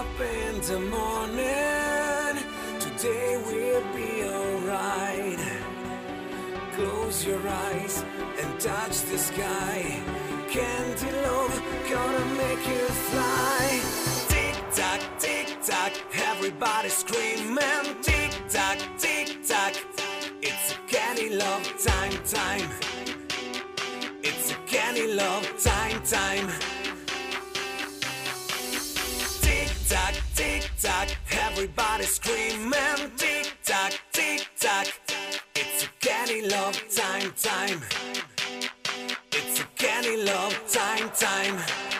up in the morning, today will be alright. Close your eyes and touch the sky. Candy love gonna make you fly. Tick tock, everybody screaming. Tick tock, it's a candy love time. It's a candy love time. Tick tock, everybody screaming. Tick tock, it's a candy love time. It's a candy love time.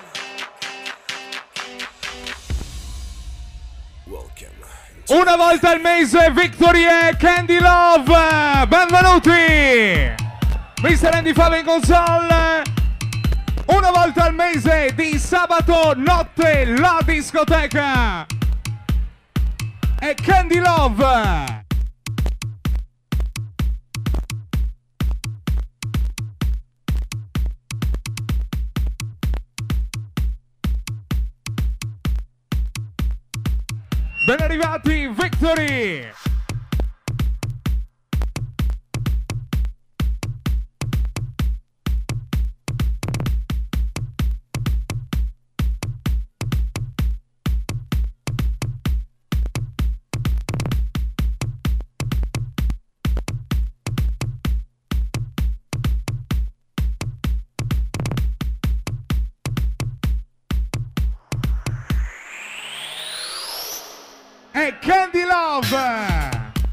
Welcome. Una volta al mese Victory e Candy Love, benvenuti! Mr. Andy Fava in console. Una volta al mese di sabato notte la discoteca e Candy Love. Ben arrivati, Victory! E Candy Love!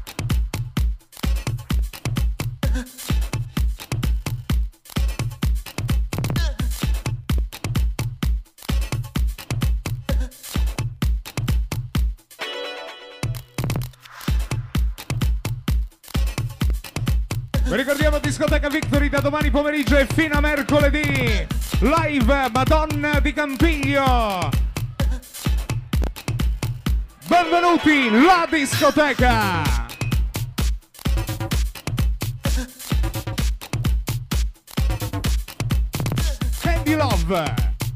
Vi ricordiamo discoteca Victory da domani pomeriggio e fino a mercoledì. Live Madonna di Campiglio. Benvenuti la discoteca! Candy Love!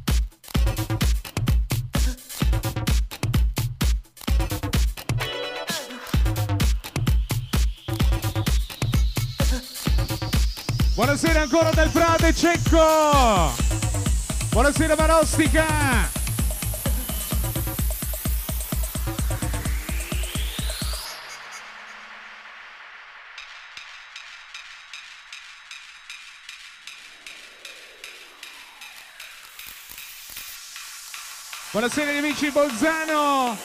Buonasera ancora del Prade Cecco! Buonasera Marostica! Buonasera agli amici Bolzano.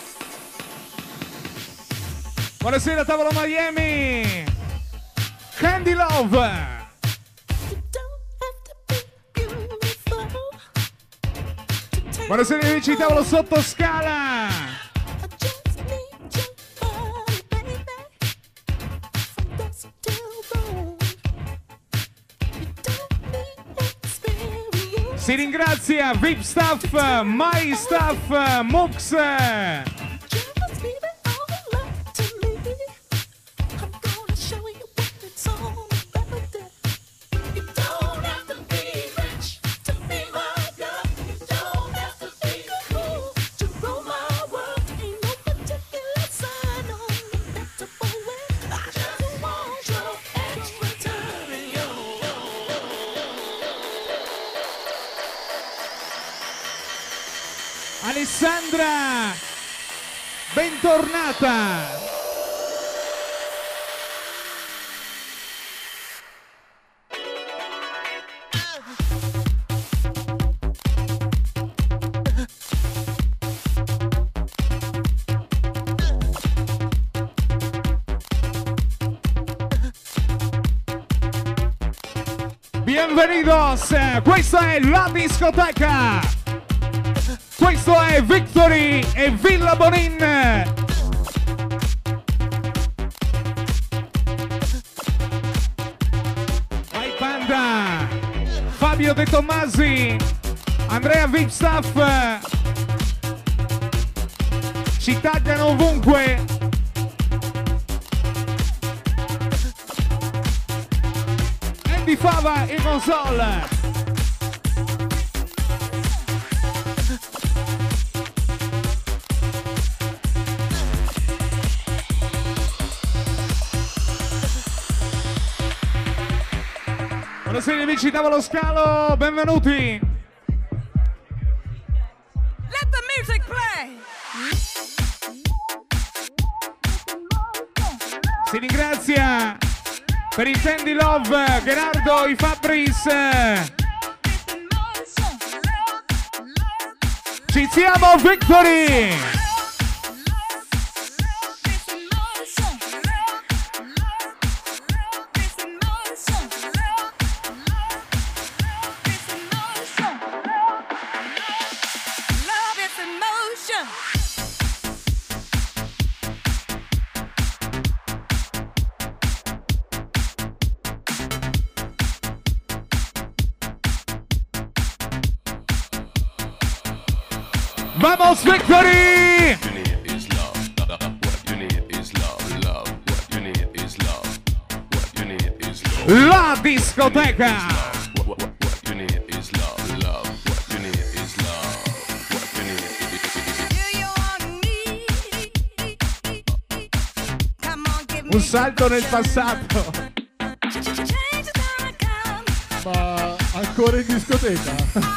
Buonasera tavolo Miami. Candy Love. Buonasera agli amici tavolo Sottoscala. Si ringrazia VIP Staff, My Staff, Mux. Alessandra, bentornata. Bienvenidos, questa è la discoteca. Questo è Victory e Villa Bonin. Vai Panda, Fabio De Tommasi, Andrea VIP Staff. Ci taggano ovunque. Andy Fava in console. Buonasera amici Tavolo Scalo, benvenuti. Let the music play. Si ringrazia per il Candy Love Gerardo I Fabris. Ci siamo, Victory! Vamos, Victory! What you need is love. What you need is love. Love. What you need is love. What you need is love. La discoteca! What you need is love. Love. What you need is love. What you need is Un salto nel passato. Ma ancora in discoteca?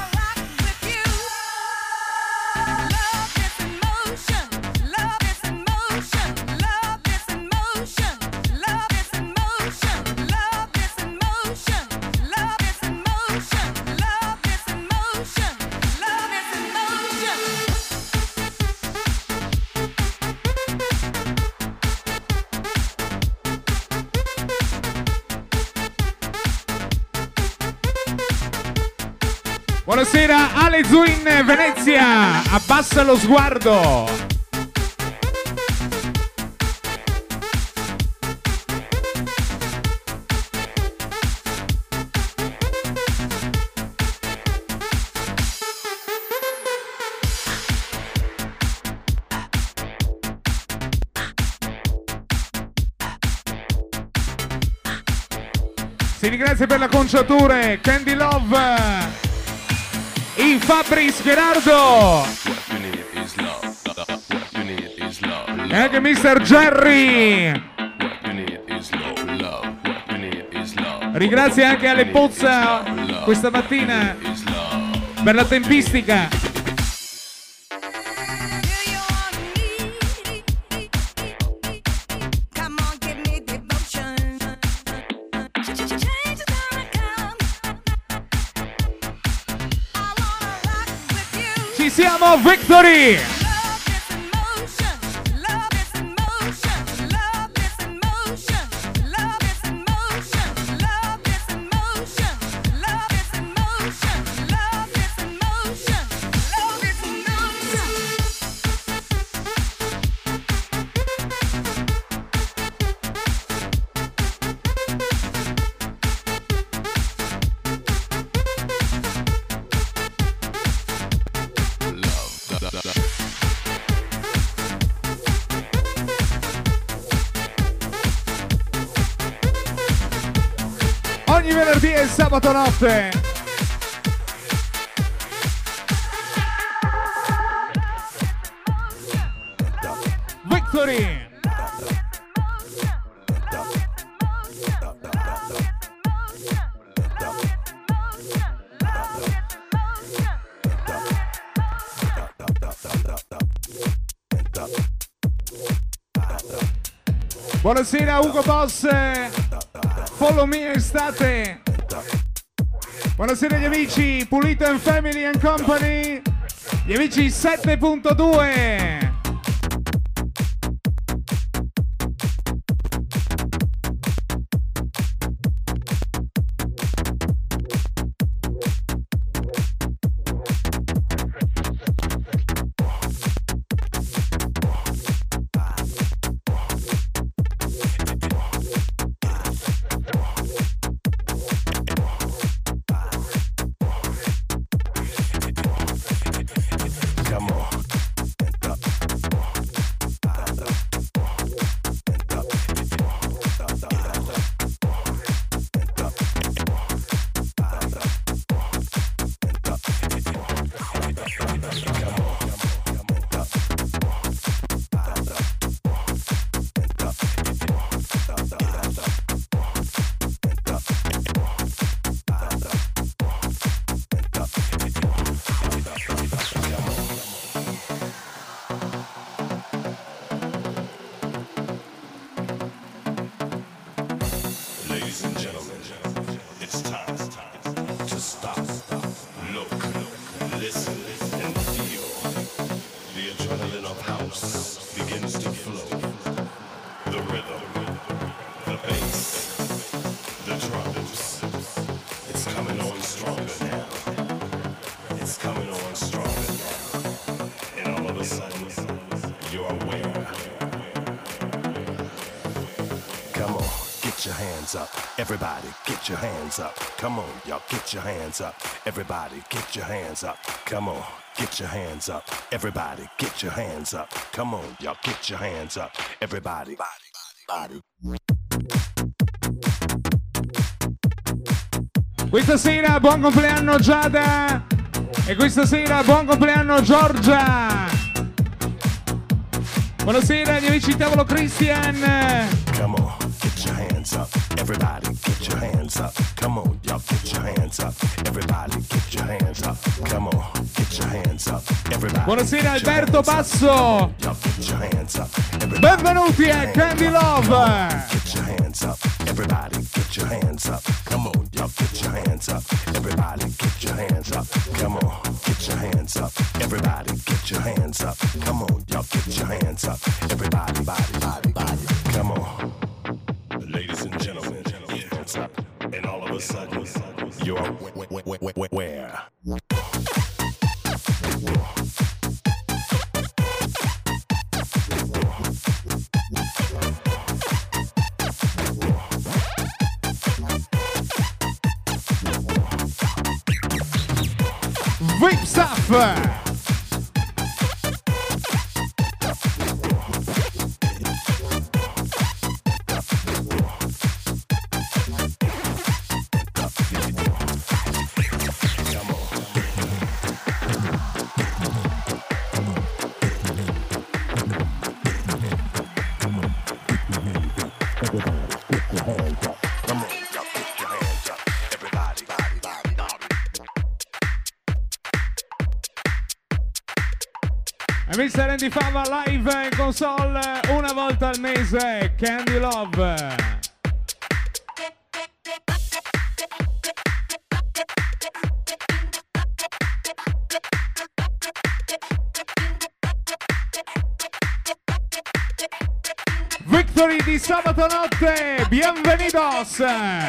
Buonasera Ale Zuin Venezia, abbassa lo sguardo. Si ringrazia per la conciature Candy Love il Fabris Gerardo e anche Mr. Jerry. Ringrazio anche Ale Pozza questa mattina per la tempistica. Ci siamo, Victory! Ogni venerdì e sabato notte. Victory! Buonasera Ugo Boss, follow me estate. Buonasera agli amici Pulito and Family and Company, gli amici 7.2. listen and feel. The adrenaline of house begins to flow. The rhythm, the bass, the drums. It's coming on stronger now. It's coming on stronger now. And all of a sudden, you're aware. Come on, get your hands up. Everybody, get your hands up. Come on, y'all, get your hands up. Everybody, get your hands up. Come on, get your hands up. Everybody, get your hands up. Come on, y'all, get your hands up. Everybody, body. Questa sera buon compleanno Giada e questa sera buon compleanno Giorgia. Buonasera agli amici tavolo Christian. Come on, get your hands up. Everybody, get your hands up. Come on, y'all, get your hands up. Everybody, get your hands up. Come on, get your hands up. Everybody. Buonasera Alberto Basso. Y'all get your hands up. Benvenuti a Candy Love. Get your hands up. Everybody, get your hands up. Come on, y'all, get your hands up. Everybody, get your hands up. Come on, get your hands up. Everybody, get your hands up. Come on, y'all, get your hands up. Everybody, body. Come on. Ladies and gentlemen, hands up. And all of a sudden, you're where? Whip stuff. Mr. Andy Fava live in console una volta al mese, Candy Love. Victory di sabato notte, bienvenidos!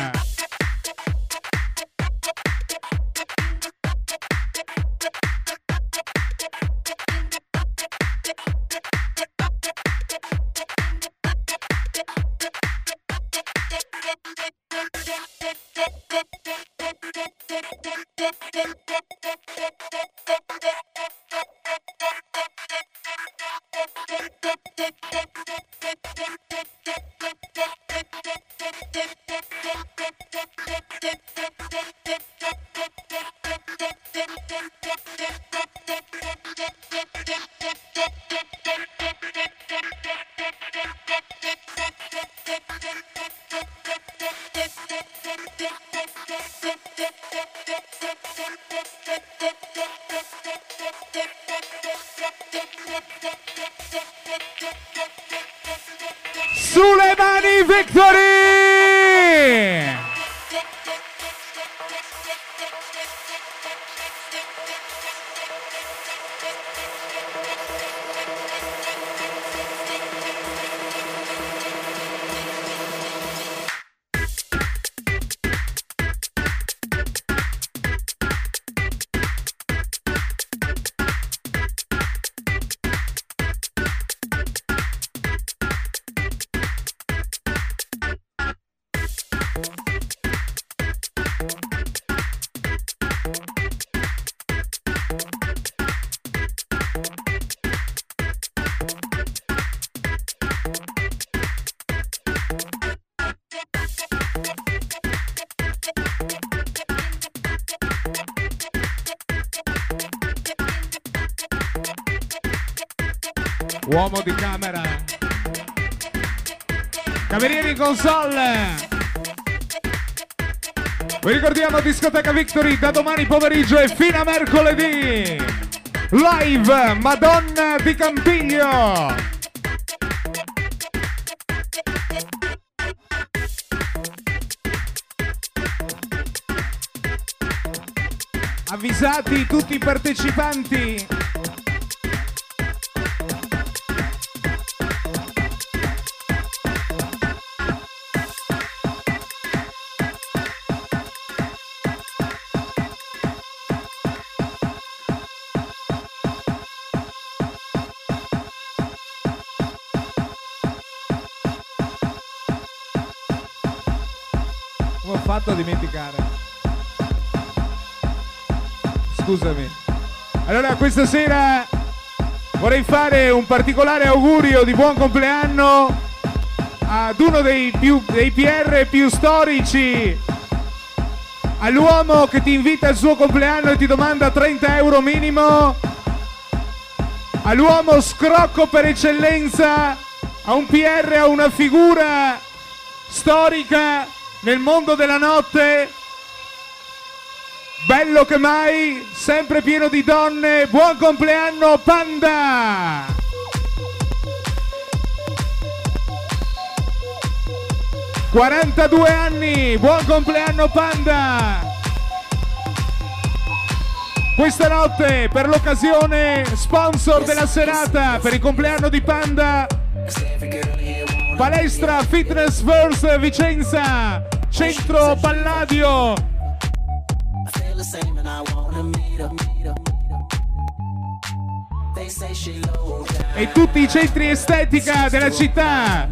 Sulle mani, Victory! Uomo di camera, camerieri in console. Vi ricordiamo discoteca Victory da domani pomeriggio e fino a mercoledì. Live Madonna di Campiglio. avvisati tutti i partecipanti. Come ho fatto a dimenticare? Scusami. Allora, questa sera vorrei fare un particolare augurio di buon compleanno ad uno dei PR più storici, all'uomo che ti invita al suo compleanno e ti domanda 30 euro minimo, all'uomo scrocco per eccellenza, a un PR, a una figura storica nel mondo della notte, bello che mai, sempre pieno di donne. Buon compleanno Panda! ...42 anni, buon compleanno Panda! Questa notte, per l'occasione, sponsor della serata, per il compleanno di Panda, Palestra Fitness First Vicenza, Centro Palladio. E tutti i centri estetica della città.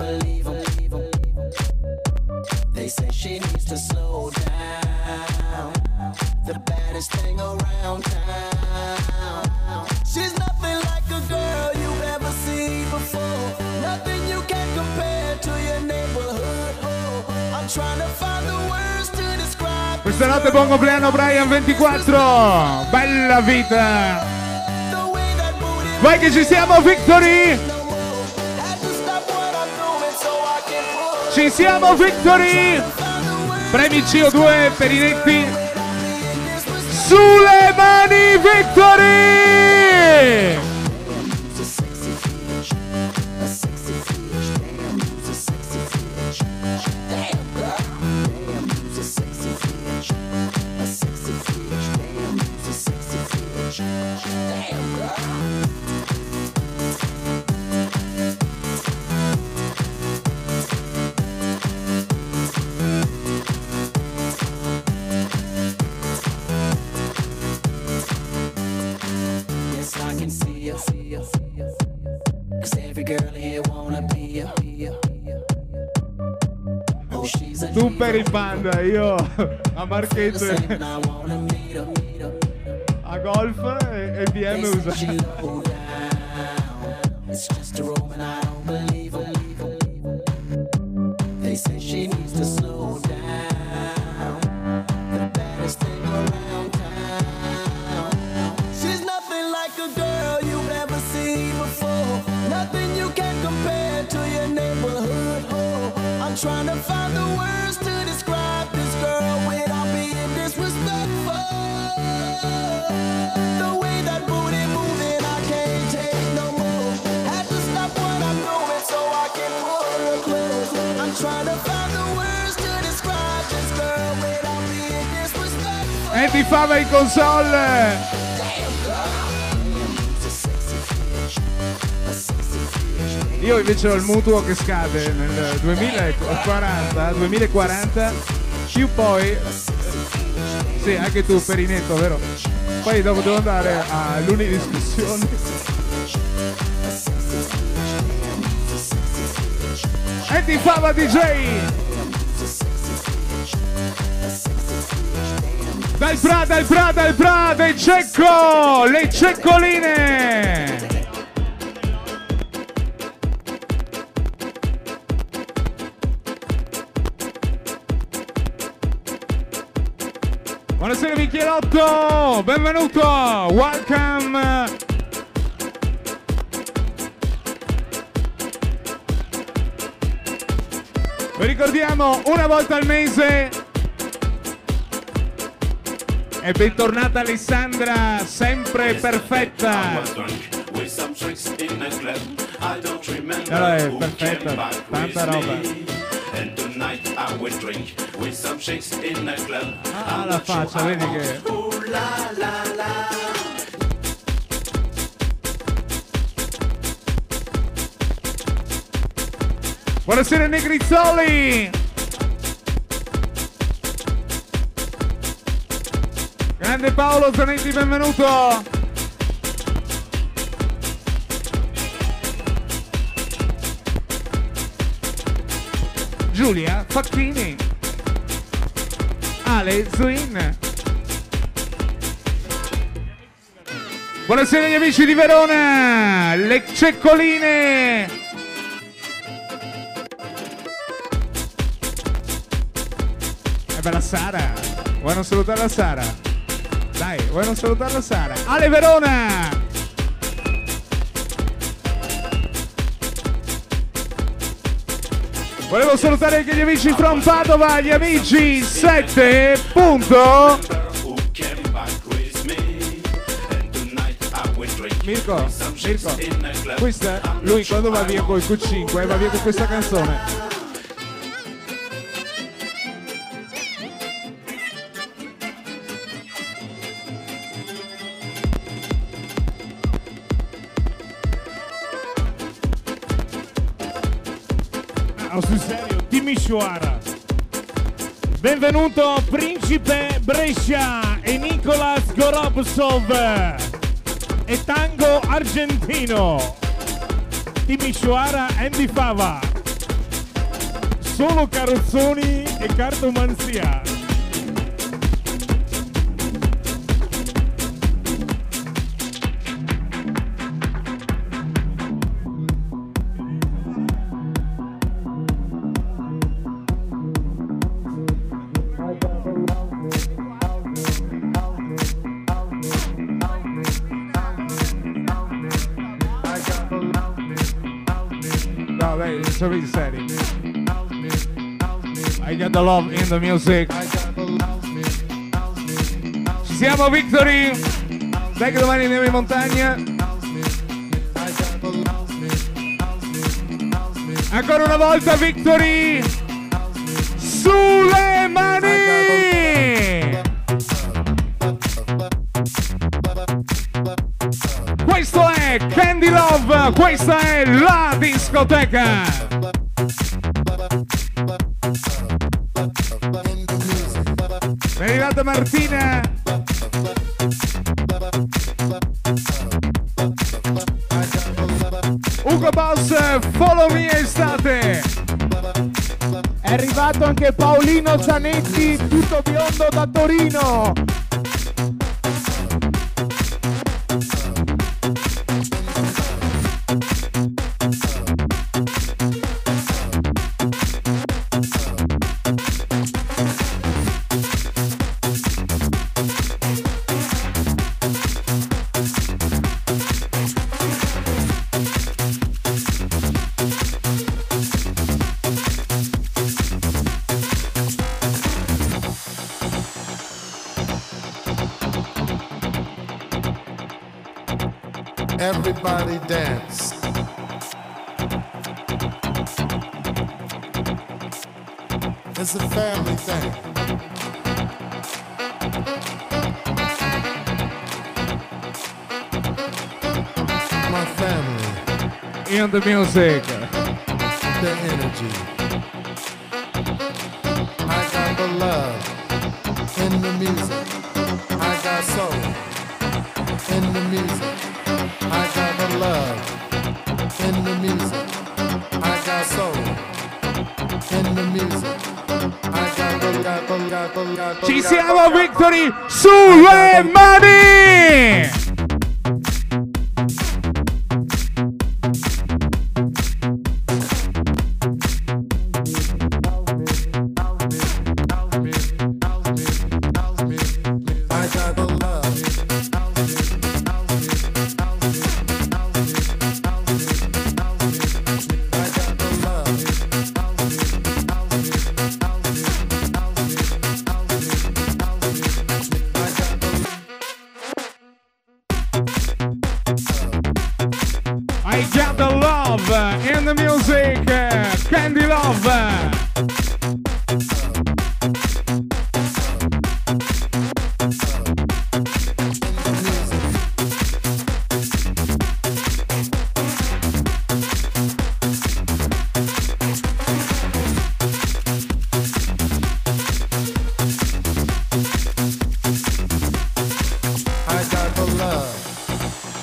She's nothing like a girl you've ever seen before. Nothing you can compare to your neighborhood. I'm trying to find the words to describe. Questa notte buon compleanno Brian 24. Bella vita. Vai che ci siamo, Victory. Ci siamo, Victory. Premi CO2 per i netti. Sulle mani, Victory! Tu per il Panda, io a Marchetto a golf e BM usa. Trying to find the words to describe this girl without being disrespectful. The way that booty moving, I can't take no more. Had to stop what I'm doing so I can pull her close. I'm trying to find the words to describe this girl without being disrespectful. Eddie Fava in console. Io invece ho il mutuo che scade nel 2040, più poi, sì, anche tu Perinetto, vero? Poi dopo devo andare all'unidiscussione. E ti fava DJ! Dal Bra, del Cecco! Le ceccoline! Buonasera Michielotto, benvenuto, welcome. Vi ricordiamo una volta al mese. E bentornata Alessandra, sempre perfetta. Allora è perfetta, tanta roba. and tonight I will drink with some chicks in a club. Ah, la faccia, vedi che... Ooh la la la. Buonasera Negrizzoli! Grande Paolo Zanetti, benvenuto! Giulia Facchini, Ale Zuin. Buonasera agli amici di Verona, le ceccoline. E bella Sara, vuoi non salutare la Sara? Dai, vuoi non salutare la Sara? Ale Verona! Volevo salutare anche gli amici from Padova, gli amici 7. Mirko, questa, lui quando va via col Q5 va via con questa canzone. Sul serio, Timișoara. Benvenuto Principe Brescia e Nicolas Gorobsov e Tango Argentino. Timișoara Andy Fava. Solo carrozzoni e cartomanzia. So be steady. I got the love in the music. Ci siamo Victory. Dai che domani andiamo in montagna. Ancora una volta Victory. Sulle mani. Questo è Candy Love, questa è la discoteca. È arrivata Martina. Ugo Boss, follow me estate. È arrivato anche Paolino Zanetti, tutto biondo da Torino. Everybody dance. It's a family thing. My family. In the music. The energy. I got the love in the music. I got soul in the music. I got the love in the music. I got soul in the music. I got the. Ci siamo Victory sulle mani! I got the love in the music, Candy Love.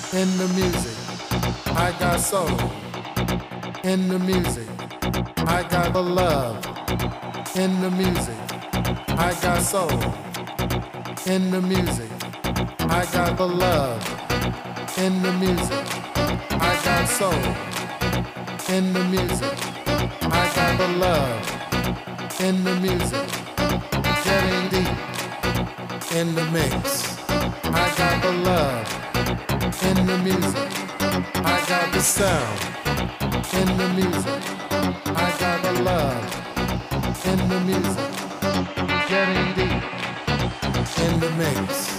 in the music. I got soul in the music. I got the love in the music. I got soul in the music. I got the love in the music. I got soul in the music. I got the love in the music. Getting deep in the mix. I got the love in the music. I got the sound in the music. I got the love in the music. Getting deep in the mix.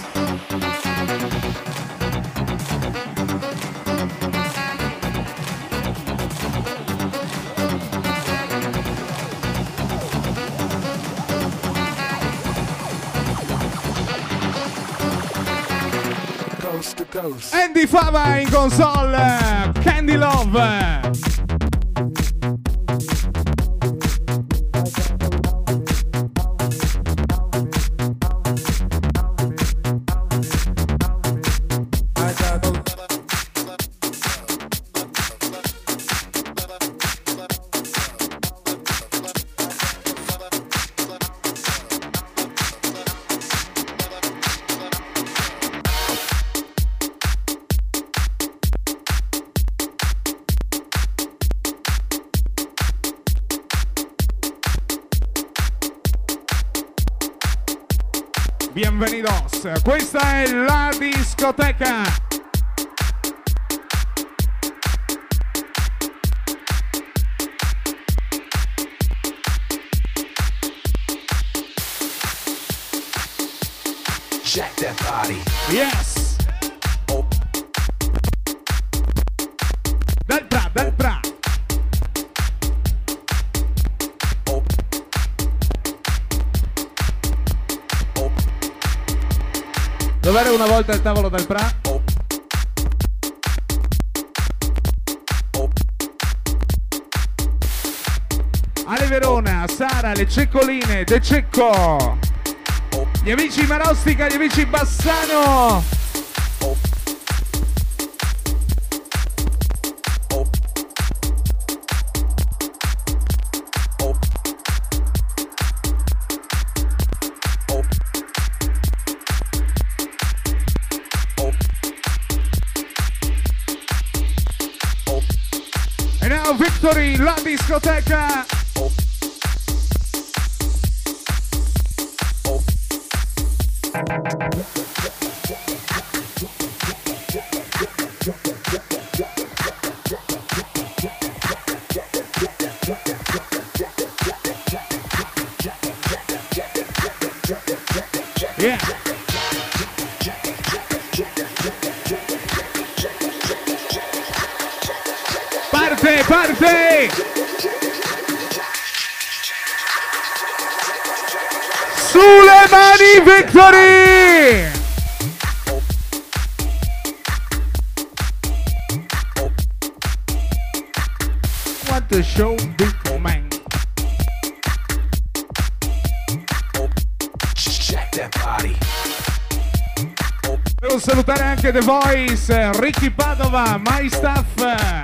Coast to coast. Andy Fava in console, Candy Love. Bienvenidos, questa è la discoteca. Jack that body. Yes. Oh. Del bra, del bra. Dov'era una volta il tavolo del Pra? Ale Verona, Sara, le Ceccoline, De Cecco, gli amici Marostica, gli amici Bassano. Victory, la discoteca. Yeah. Parte, parte! Sulle mani, Victory! What a show, big man! Check that body. Devo salutare anche The Voice, Ricky Padova, My Stuff.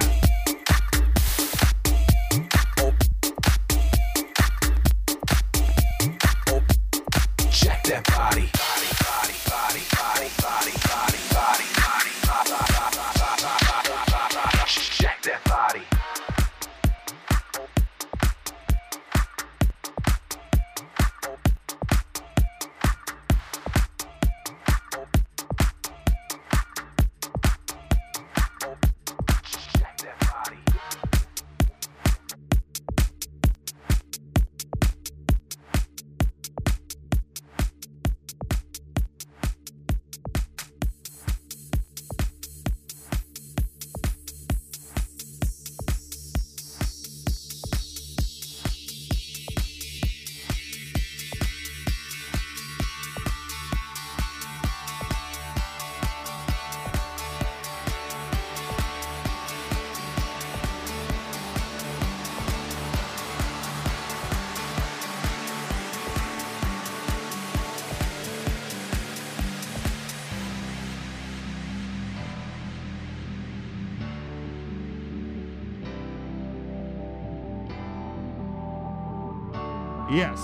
Yes.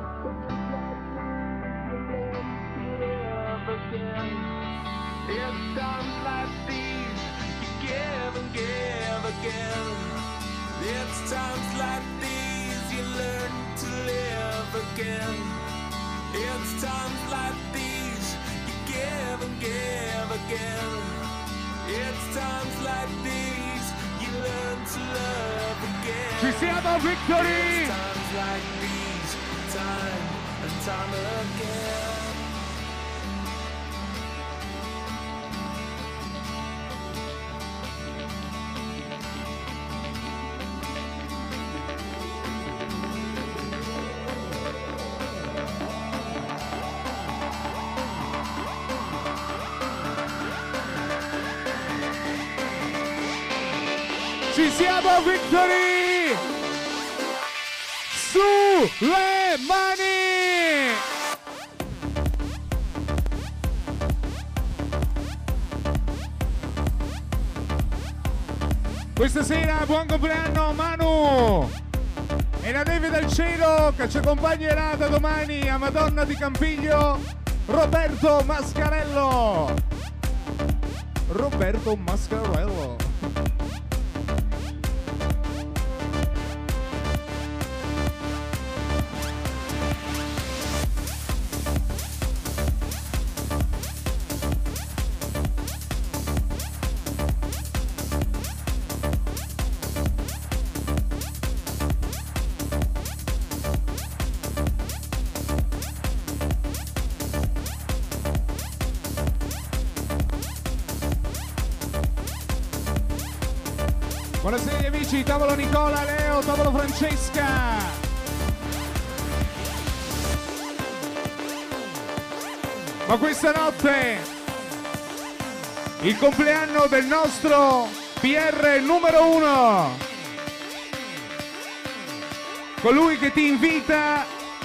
It's times like these you give and give again. It's times like these you learn to live again. It's times like these you give and give again. It's times like these you learn to love again. Ci siamo, Victory! It's times like these, time and time again. Ci siamo, Victory! Sulle mani! Questa sera buon compleanno Manu! E la neve del cielo che ci accompagnerà da domani a Madonna di Campiglio, Roberto Mascarello! Roberto Mascarello! Buonasera amici, tavolo Nicola, Leo, tavolo Francesca. Ma questa notte il compleanno del nostro PR numero 1. Colui che ti invita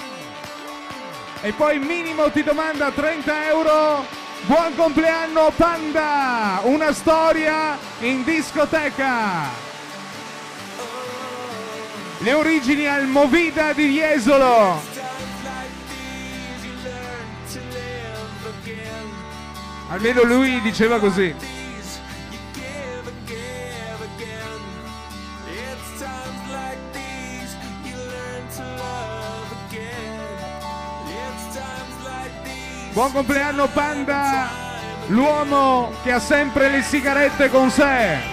e poi minimo ti domanda 30 euro. Buon compleanno Panda, una storia in discoteca. Le origini al Movida di Jesolo. Almeno lui diceva così. Buon compleanno Panda, l'uomo che ha sempre le sigarette con sé.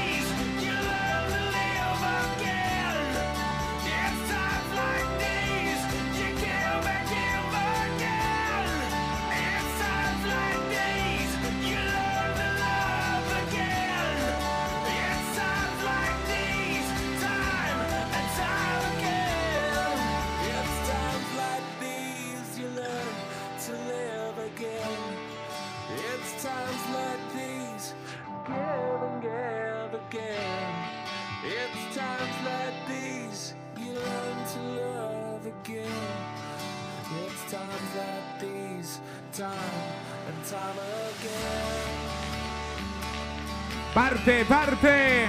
Parte, parte!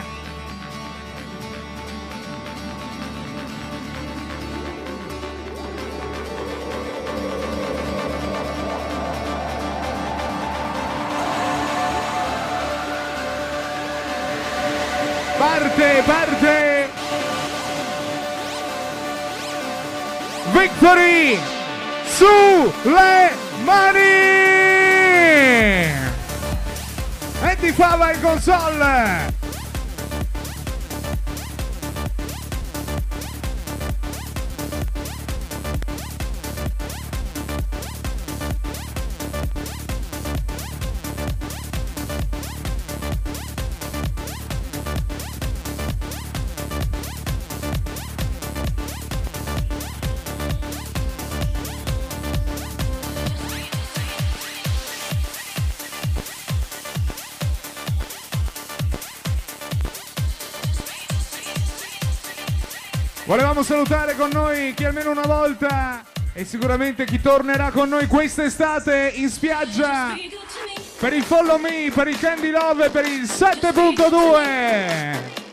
Parte, parte! Victory! Sulle mani! Eddie Fava in console! Volevamo salutare con noi chi almeno una volta e sicuramente chi tornerà con noi quest'estate in spiaggia per il Follow Me, per il Candy Love e per il 7.2.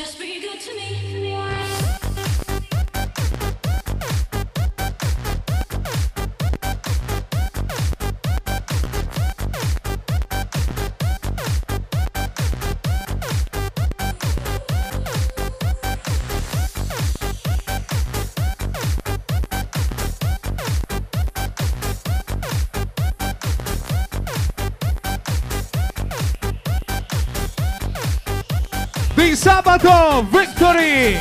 Just be good to me. Di sabato, Victory!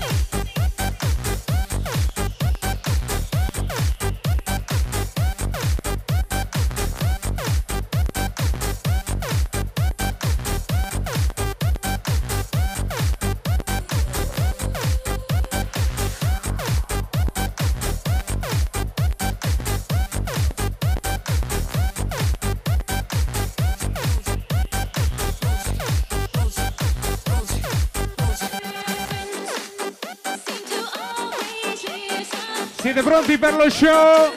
Siete pronti per lo show?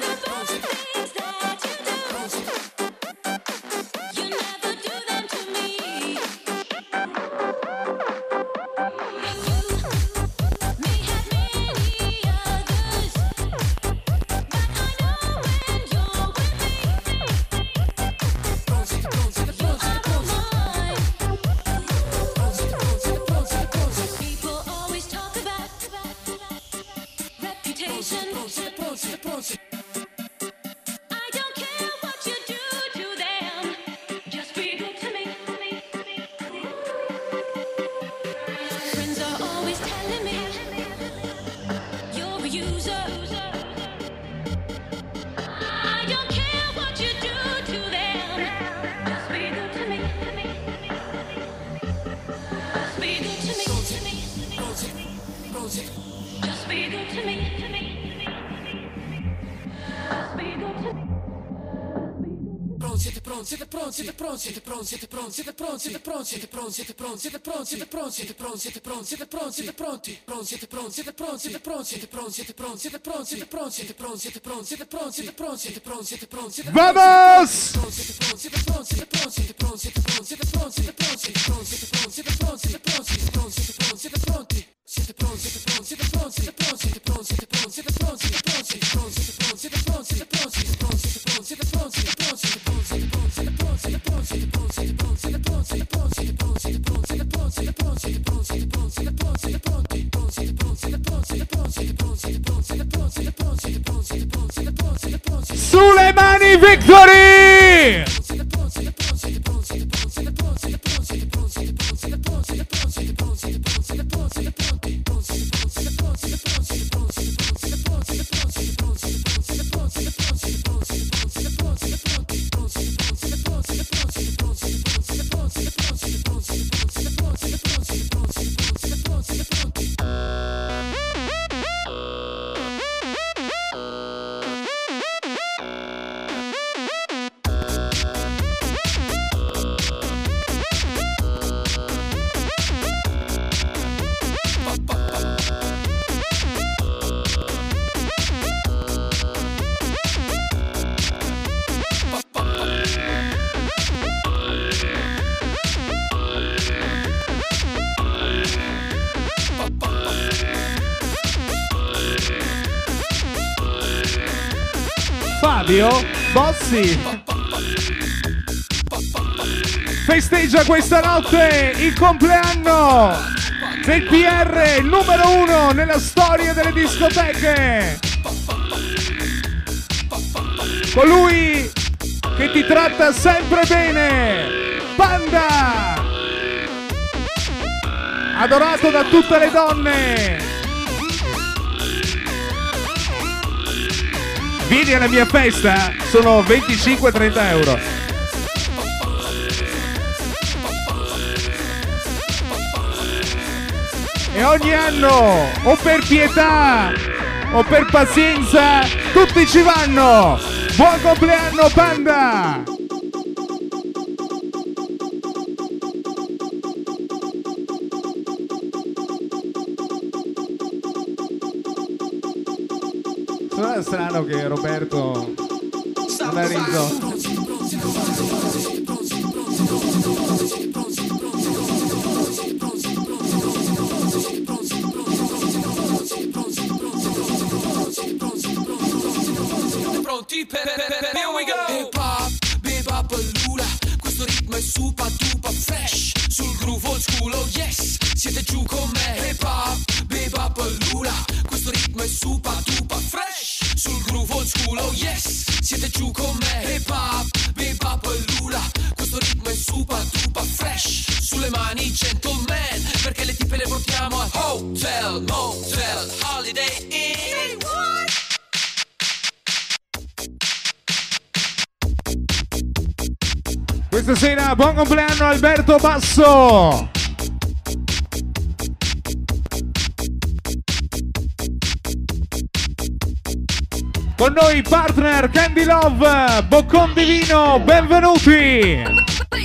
Vamos! Sulle mani, Victory! Fabio Bossi festeggia questa notte il compleanno del PR numero 1 nella storia delle discoteche, colui che ti tratta sempre bene, Panda, adorato da tutte le donne. Vieni alla mia festa, sono 25-30 euro. E ogni anno, o per pietà, o per pazienza, tutti ci vanno. Buon compleanno, Panda! È strano che Roberto non ha riso. Here we go. Hip hop, bebop, lula. Questo ritmo è super duper fresh. Sul groove old school, oh yes. Siete giù con me. Hip hop, bebop, lula. Questo ritmo è super duper fresh. Sul groove old school, oh yes. Siete giù con me. Hip hop, bebop, lula. Questo ritmo è super duper fresh. Sulle mani gentleman, perché le tipe le portiamo a hotel, motel, holiday inn. Questa sera buon compleanno Alberto Basso. Con noi partner Candy Love, Boccon di Vino, benvenuti.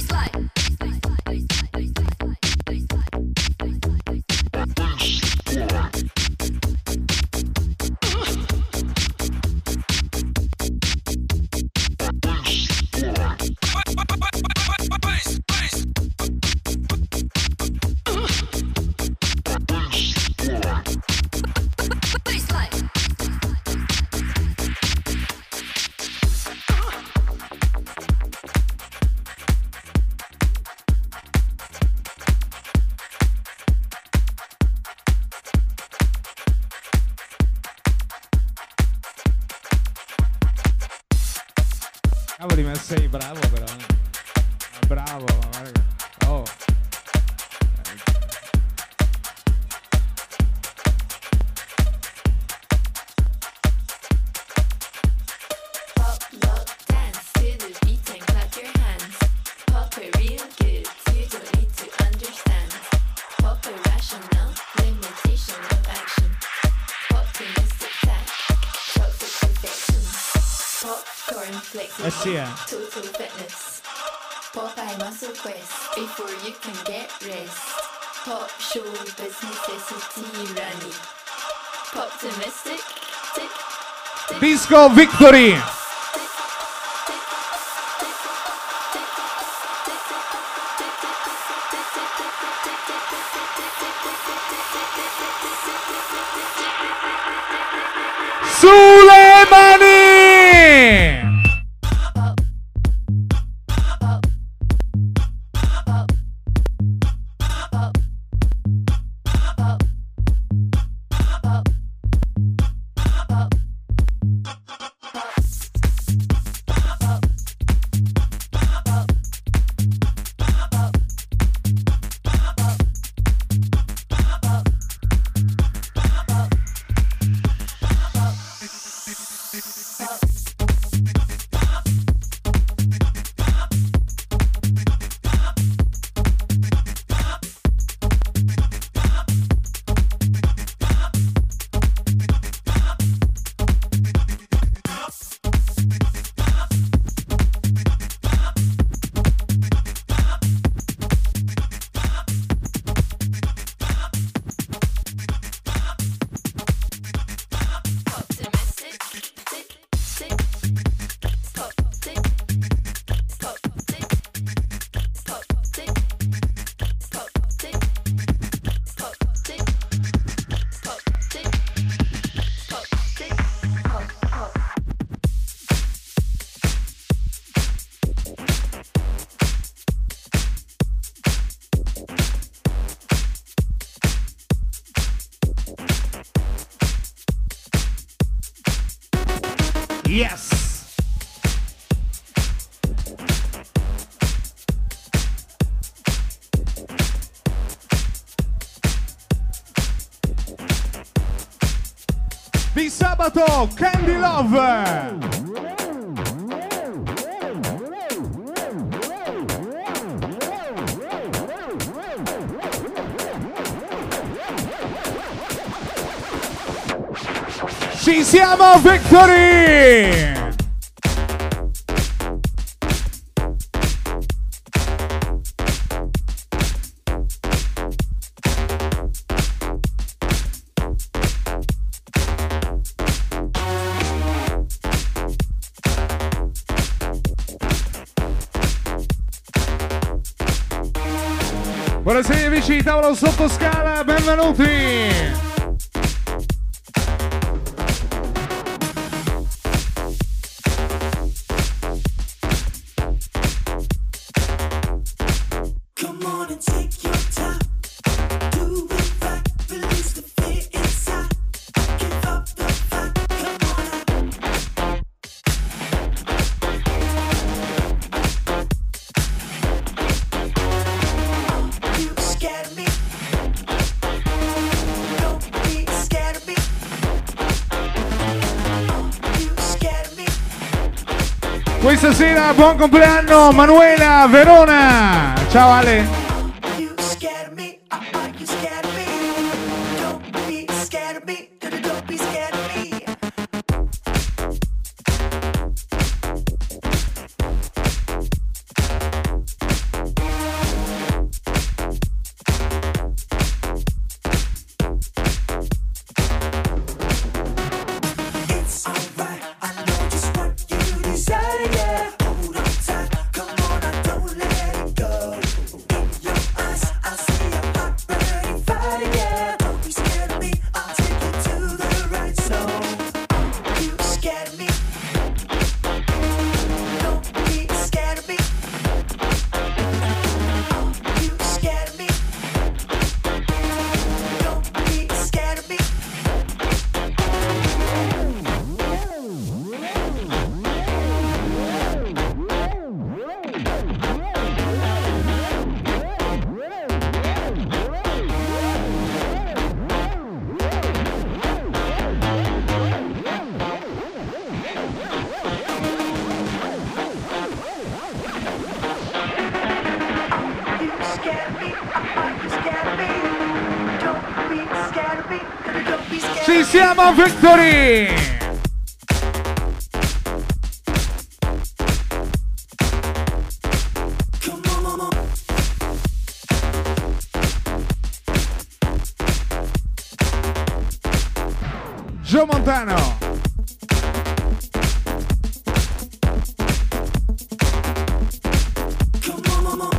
Cavoli, ma sei bravo però. Bravo. Oh. Pop, lock, dance to the beat and clap your hands. Pop it real good, you don't need to understand. Pop irrational, limitation of action. Optimistic tact, toxic perfection. Popcorn flexible, sì, total fitness. Popeye muscle quest, before you can get rest. Pop show business necessity running. Poptimistic, tick, tick. Disco Victory. Sulle mani! Yes! Di sabato, Candy Love! Ci siamo, Victory! Buonasera amici, tavolo sottoscala, benvenuti! Questa sera buon compleanno Manuela Verona. Ciao Ale. You scared me, you scared me. Don't be scared of me, don't be scared of me. It's alright, I know just what you desire, yeah. Hold on tight, come on, I don't let it go. In your eyes, I see a hot burning fire, yeah. Don't be scared of me, I'll take you to the right zone. You scared me, don't be scared of me. You scared me, don't be scared of me. You scared me, you scared me. Don't be scared of me, don't be scared. Ci siamo, Victory. Come on, mama. Joe Montano. Come on, mama.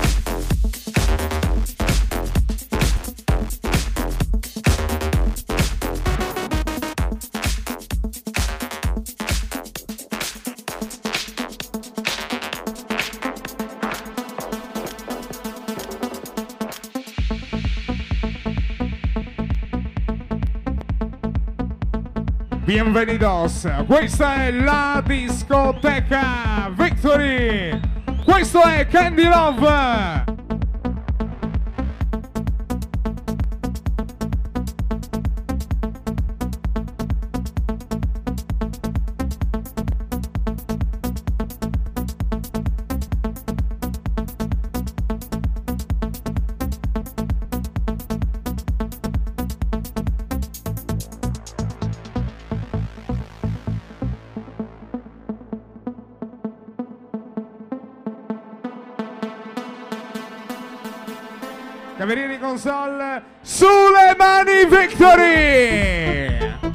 Bienvenidos, questa è la discoteca Victory, questo è Candy Love. Cavalieri console, sulle mani Victory!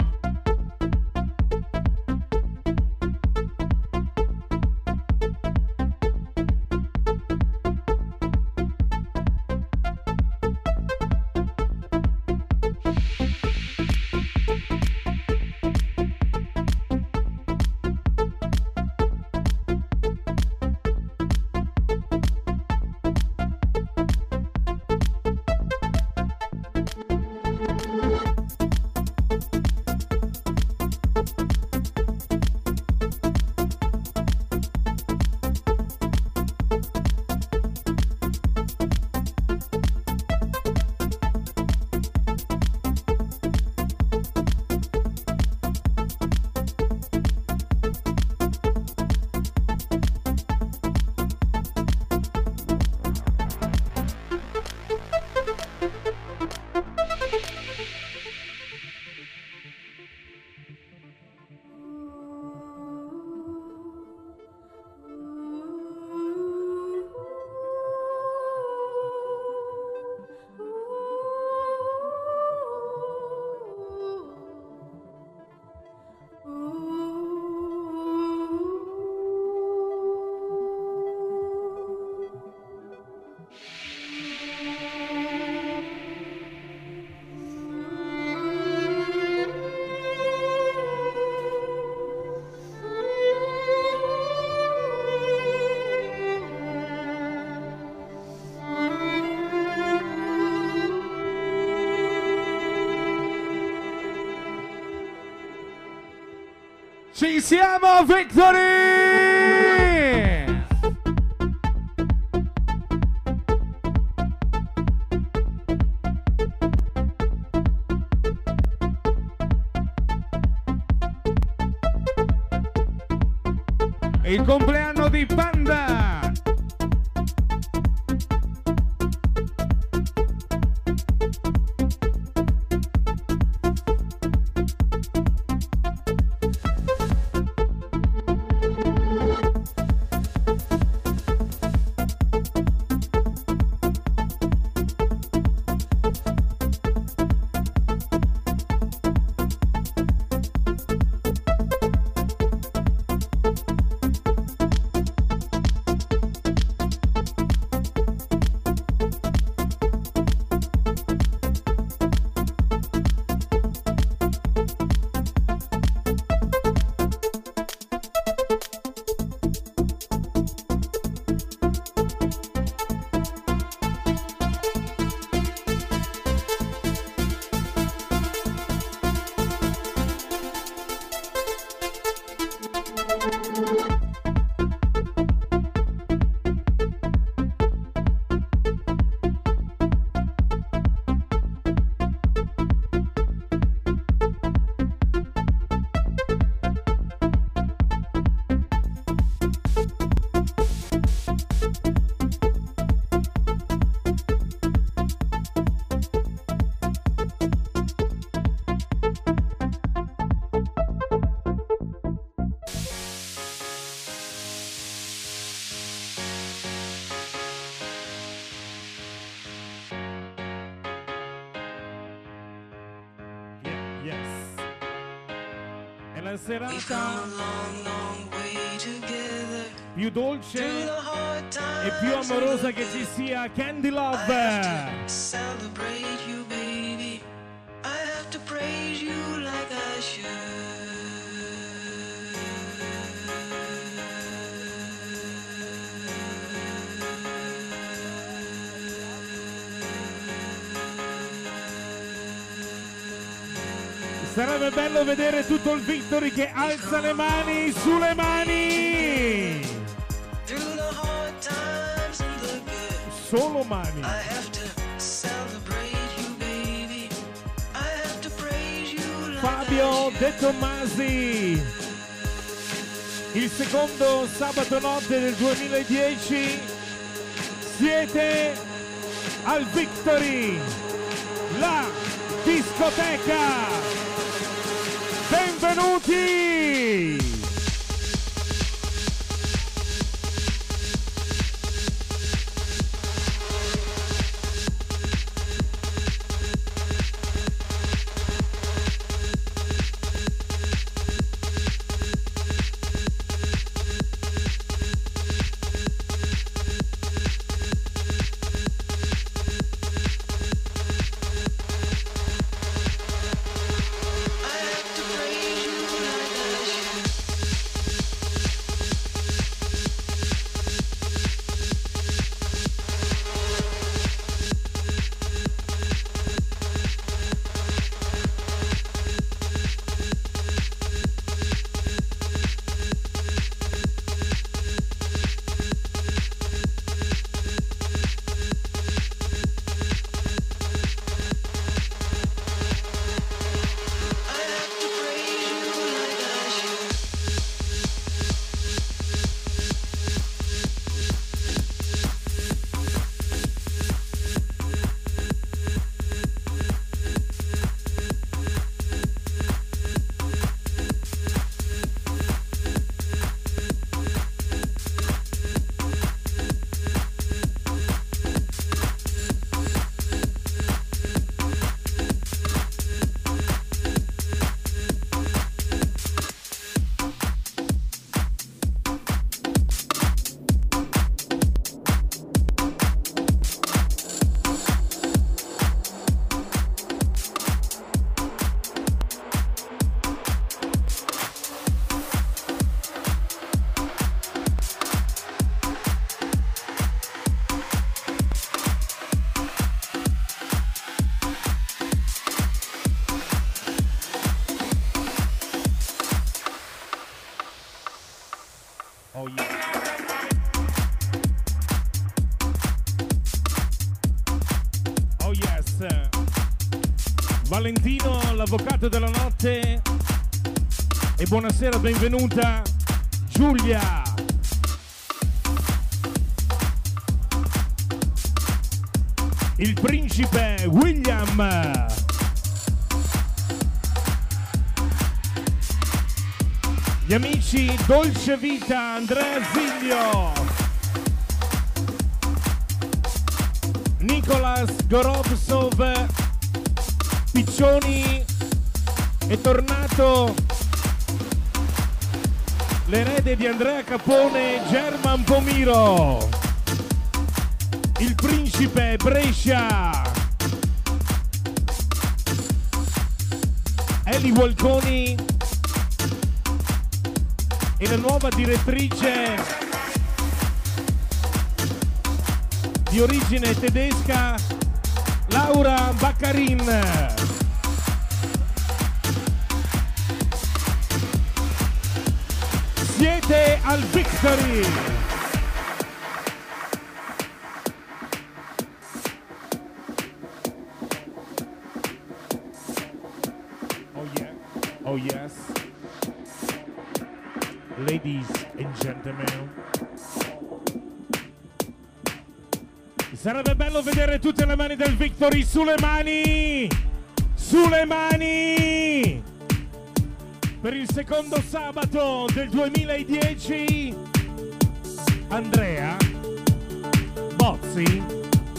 Ci siamo, Victory! il compleanno di Panda. È la serata più dolce e più amorosa che ci sia, Candy Love. Celebrate you, baby. I have to praise you like I Sarebbe bello vedere tutto il Victory che alza le mani, sulle mani. Solo mani. Fabio De Tommasi. Il secondo sabato notte del 2010. Siete al Victory, la discoteca. Benvenuti! Oh yes, Valentino, l'avvocato della notte, e buonasera, benvenuta Giulia. il principe William. Gli amici Dolce Vita, Andrea Ziglio, Nicolas Gorovsov, Piccioni è tornato l'erede di Andrea Capone, German Pomiro, il principe Brescia, Eli Volconi e la nuova direttrice di origine tedesca Laura Baccarin. Siete al Victory! Oh yeah, oh yes. Ladies and gentlemen. Sarebbe bello vedere tutte le mani del Victory, sulle mani! Sulle mani! Per il secondo sabato del 2010 Andrea Bozzi,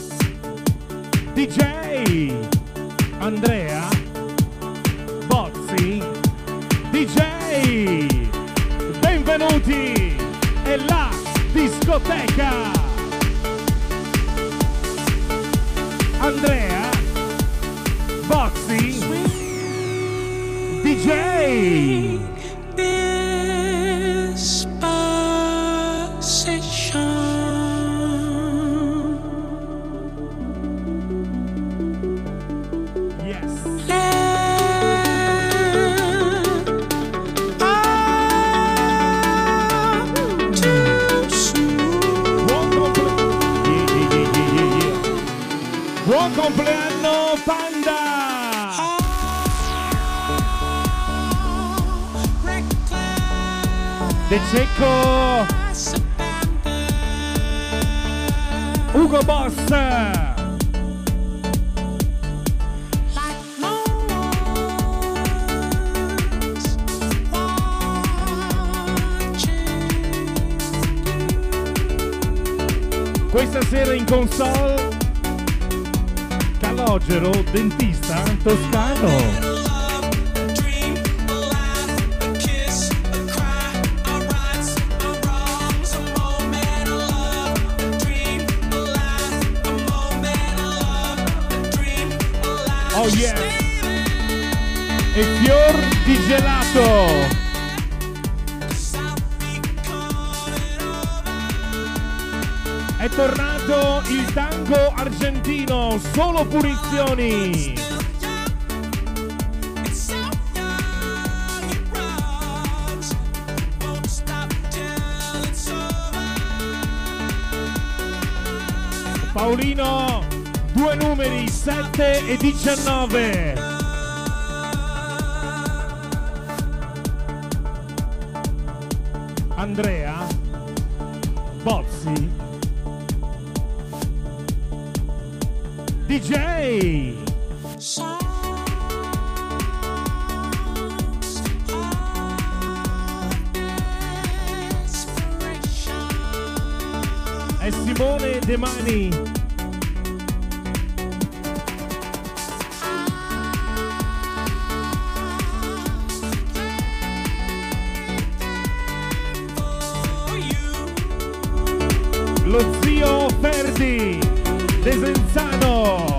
DJ Andrea Bozzi, DJ. Benvenuti, è la discoteca. Andrea Bozzi, DJ. Buon compleanno Panda! De Cecco, Ugo Boss, questa sera in console Calogero, dentista toscano. Oh yeah! E fior di gelato! È tornato il tango argentino, solo punizioni! Paolino, due numeri, 7 e 19. Andrea Bozzi, DJ. E Simone De Mani. Lo zio Ferdi Desenzano.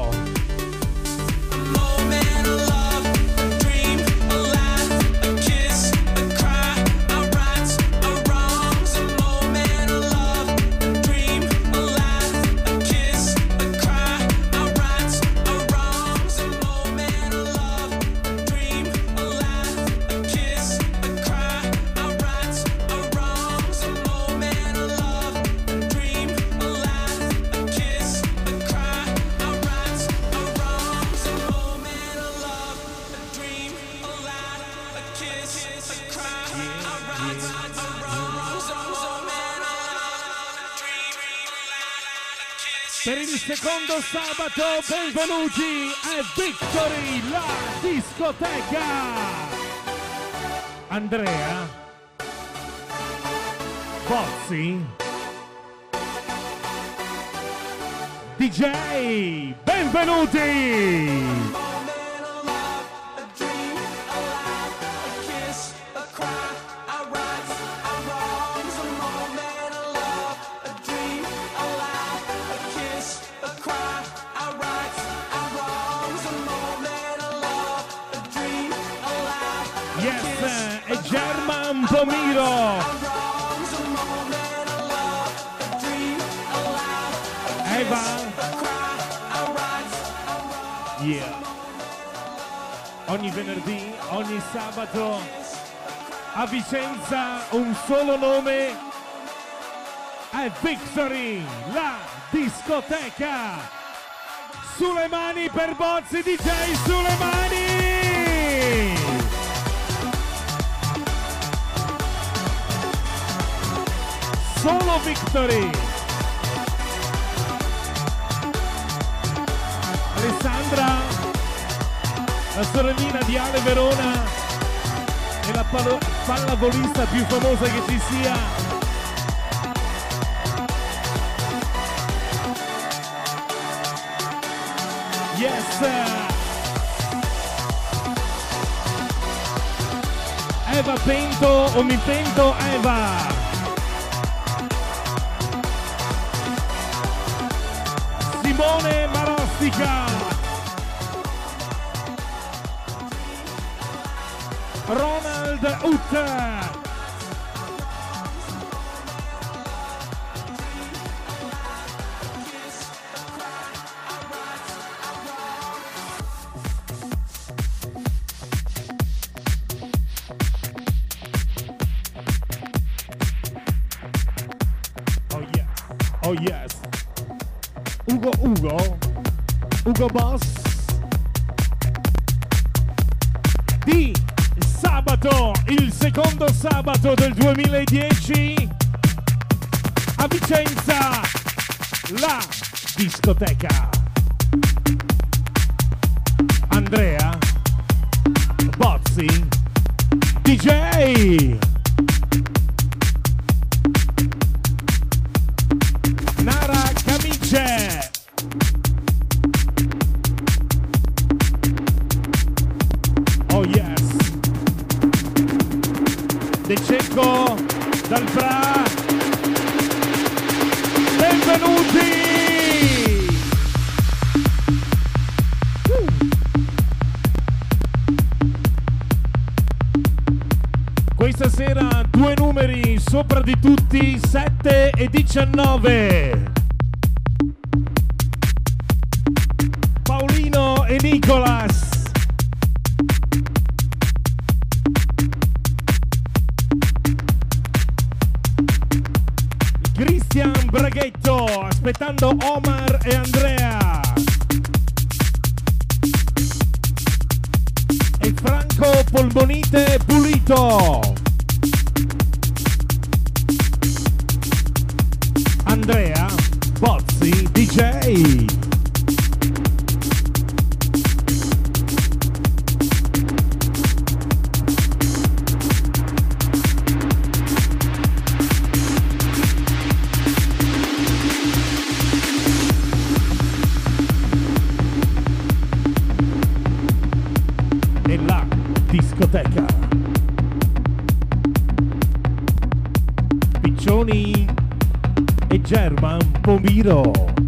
Per il secondo sabato, benvenuti a Victory, la discoteca. Andrea, Bozzi, DJ, benvenuti. German Pomiro, Eva, yeah. Ogni venerdì, ogni sabato a Vicenza un solo nome è Victory, la discoteca. Sulle mani per Bozzi DJ, sulle mani! Solo Victory. Alessandra, la sorellina di Ale Verona e la pallavolista più famosa che ci sia. Yes. Eva Pento o mi pento Eva. Simone Marostica, Ronald Utta, oh yes, Ugo Boss di sabato, il secondo sabato del 2010 a Vicenza, la discoteca. Andrea Bozzi DJ, Nara Camice, oh yes, De Cecco dal Bra, benvenuti! Questa sera due numeri sopra di tutti, 7 e 19. Paolino e Nicolas. Cristian Braghetto, aspettando Omar e Andrea. E Franco Polmonite Pulito. Andrea Bozzi DJ. Discoteca Piccioni e German Pomiro.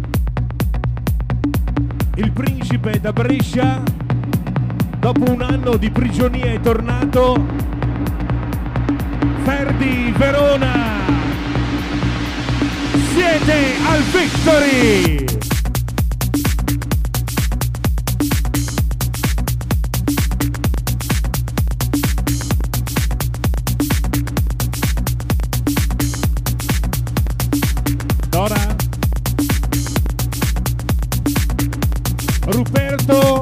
Il principe da Brescia, dopo un anno di prigionia, è tornato. Ferdi Verona, siete al Victory. Dora, Ruperto,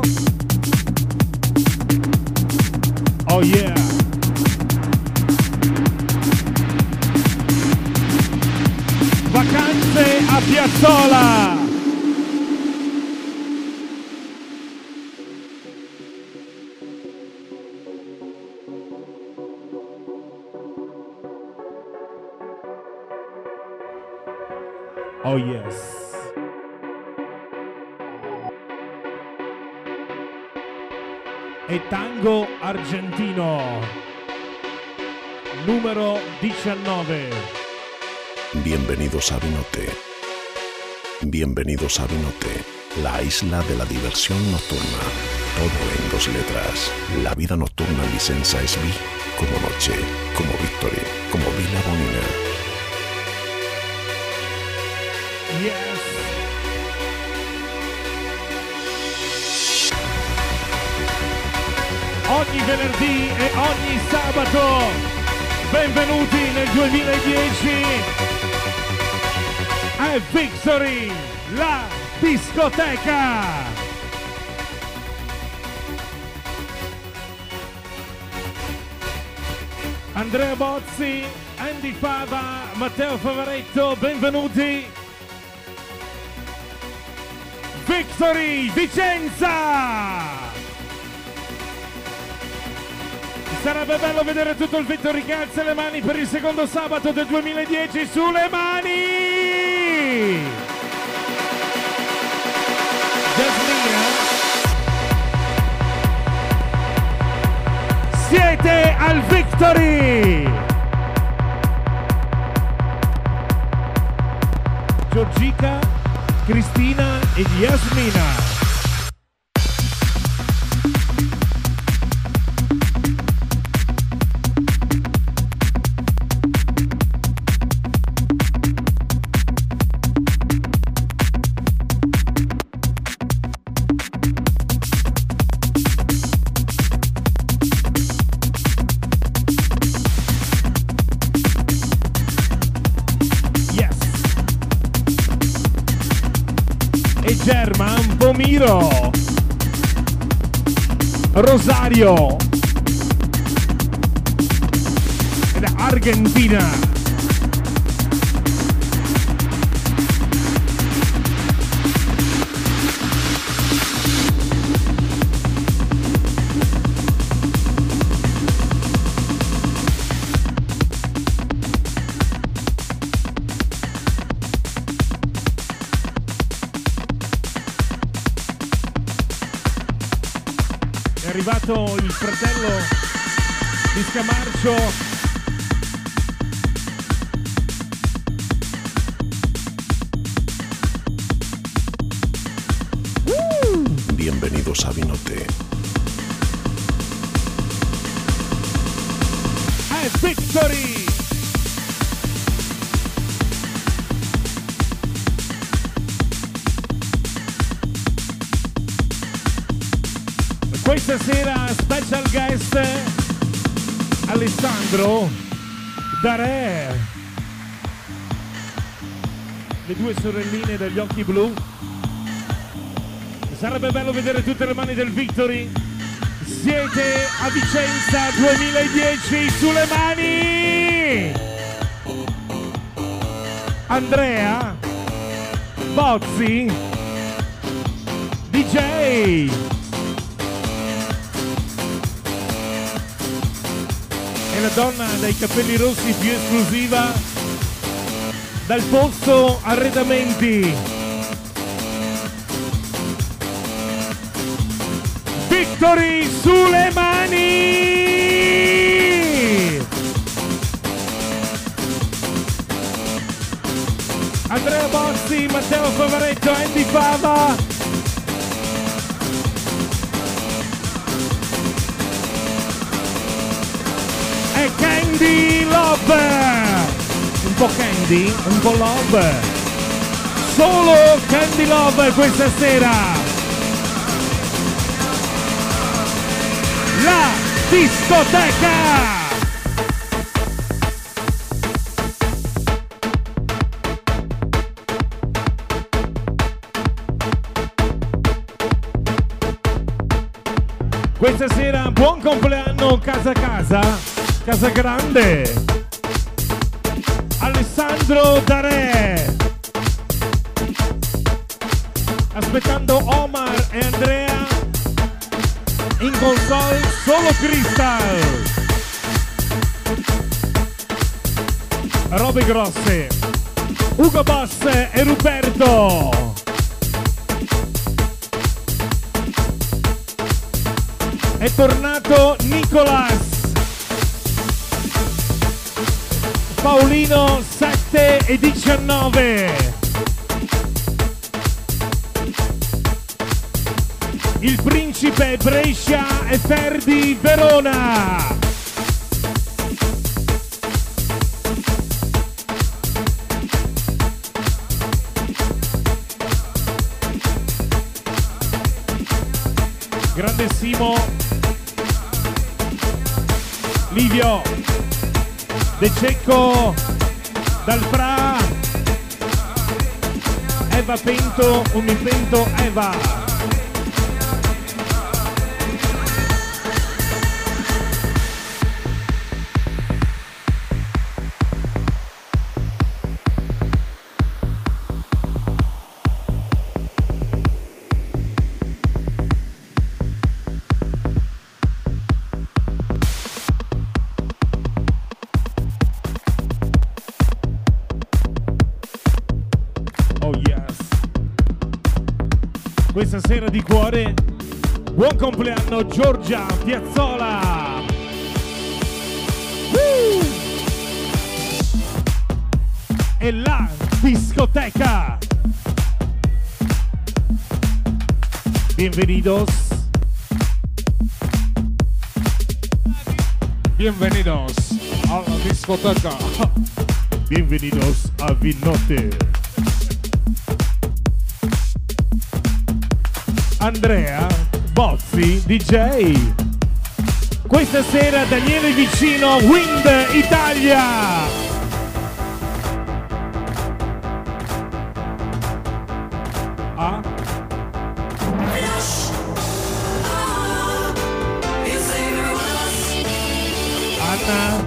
oh yeah, vacanze a Piazzola. Oh yes. E tango argentino numero 19. Bienvenidos a Vinote. Bienvenidos a Vinote, la isla de la diversión nocturna. Todo en 2 letras. La vida nocturna en Vicenza es vi como noche, como Victory, como Villa Bonina. Yes. Ogni venerdì e ogni sabato, benvenuti nel 2010 a Victory, la discoteca. Andrea Bozzi, Andy Fava, Matteo Favaretto, benvenuti. Victory Vicenza! Sarebbe bello vedere tutto il Victory che alza le mani per il secondo sabato del 2010. Sulle mani! Jasmina, siete al Victory! Giorgica, Cristina e Yasmina. German Bomiro, Rosario ed Argentina. È arrivato il fratello di Scamarcio. Bienvenidos a Vinote. È Victory! Questa sera special guest Alessandro Dare, le 2 sorelline dagli occhi blu. Sarebbe bello vedere tutte le mani del Victory. Siete a Vicenza 2010, sulle mani! Andrea Bozzi, DJ. È la donna dai capelli rossi più esclusiva dal Pozzo Arredamenti. Victory, sulle mani! Andrea Bozzi, Matteo Favaretto, Andy Fava. E Candy Love. Un po' Candy, un po' Love. Solo Candy Love questa sera. La discoteca! Questa sera buon compleanno Casa Grande, Alessandro Dare, aspettando Omar e Andrea in console, solo Crystal, robe grosse. Ugo Boss e Ruperto. È tornato Nicolas. Paolino 7 e 19. Il Principe Brescia e Ferdi Verona. Grande Simo, Livio, De Cecco, Dal Fra, Eva Pento, un impento Eva. Questa sera di cuore, buon compleanno Giorgia Piazzola! E la discoteca! Bienvenidos! Bienvenidos alla discoteca! Bienvenidos a Vinote! Andrea Bozzi DJ. Questa sera Daniele Vicino Wind Italia. Ah. Anna.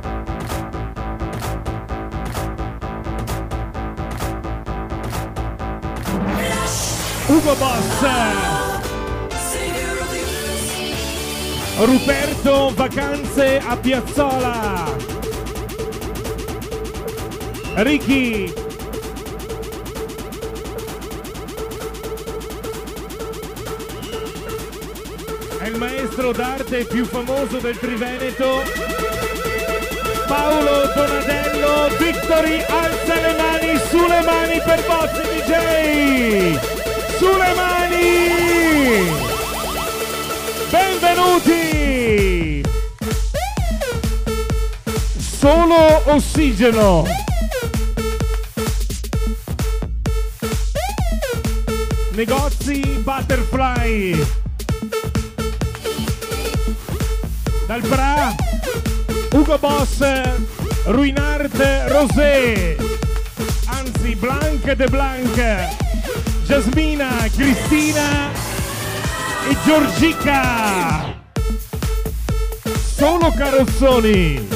Ugo Boss, Ruperto Vacanze a Piazzola, Ricky, è il maestro d'arte più famoso del Triveneto, Paolo Donadello Victory. Alza le mani, sulle mani per Bozzi DJ, sulle mani, benvenuti. Solo ossigeno. Negozi Butterfly. Dal Bra, Ugo Boss, Ruinart Rosé, anzi Blanc de Blanc, Jasmina, Cristina e Giorgica. Solo carrozzoni.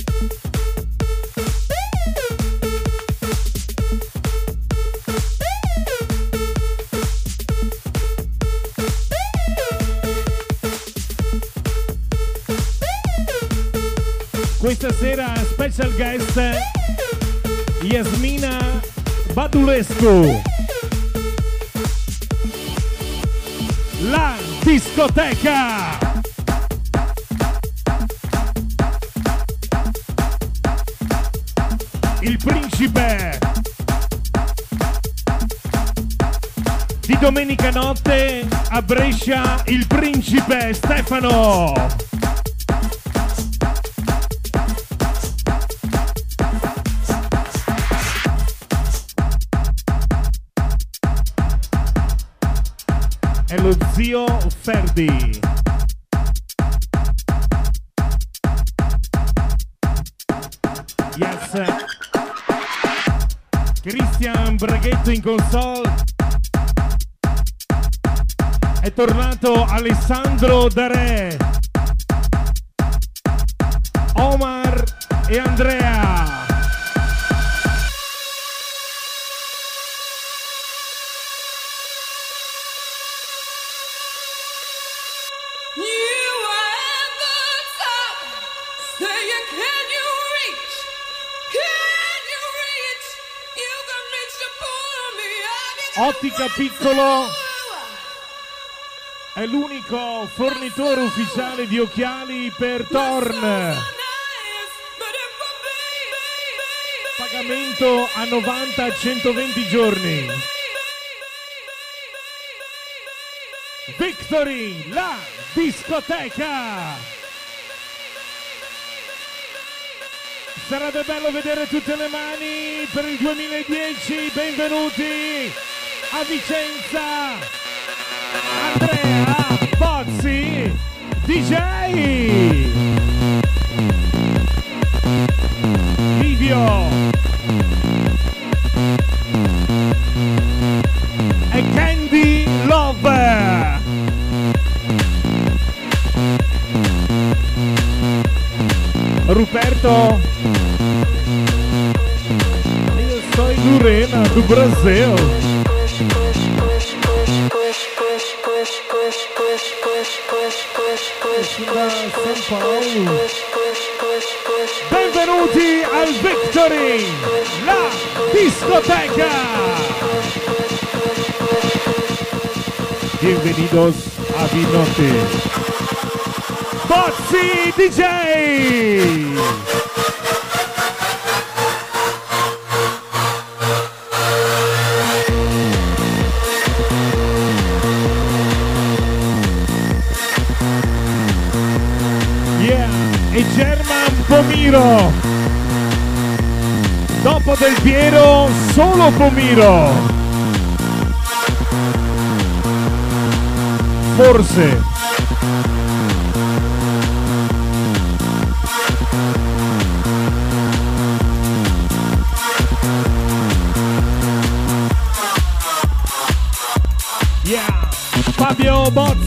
Questa sera special guest Yasmina Badulescu. La discoteca. Il Principe. Di domenica notte a Brescia il Principe Stefano. È lo zio Ferdi. Yes. Cristian Braghetto in console. È tornato Alessandro Dare. Omar e Andrea. Can you reach? You Ottica Piccolo è l'unico fornitore ufficiale di occhiali per Torn. Pagamento a 90-120 giorni. Victory, la discoteca. Sarebbe bello vedere tutte le mani per il 2010. Benvenuti a Vicenza. Andrea Bozzi, DJ. Livio e Candy Love. Ruperto, io sono Lorena do Brasil. São Paulo. Benvenuti al Victory, la discoteca. Bienvenidos a Vinote. Bozzi DJ. E German Pomiro. Dopo Del Piero solo Pomiro. Forse. Yeah. Fabio Bozzi.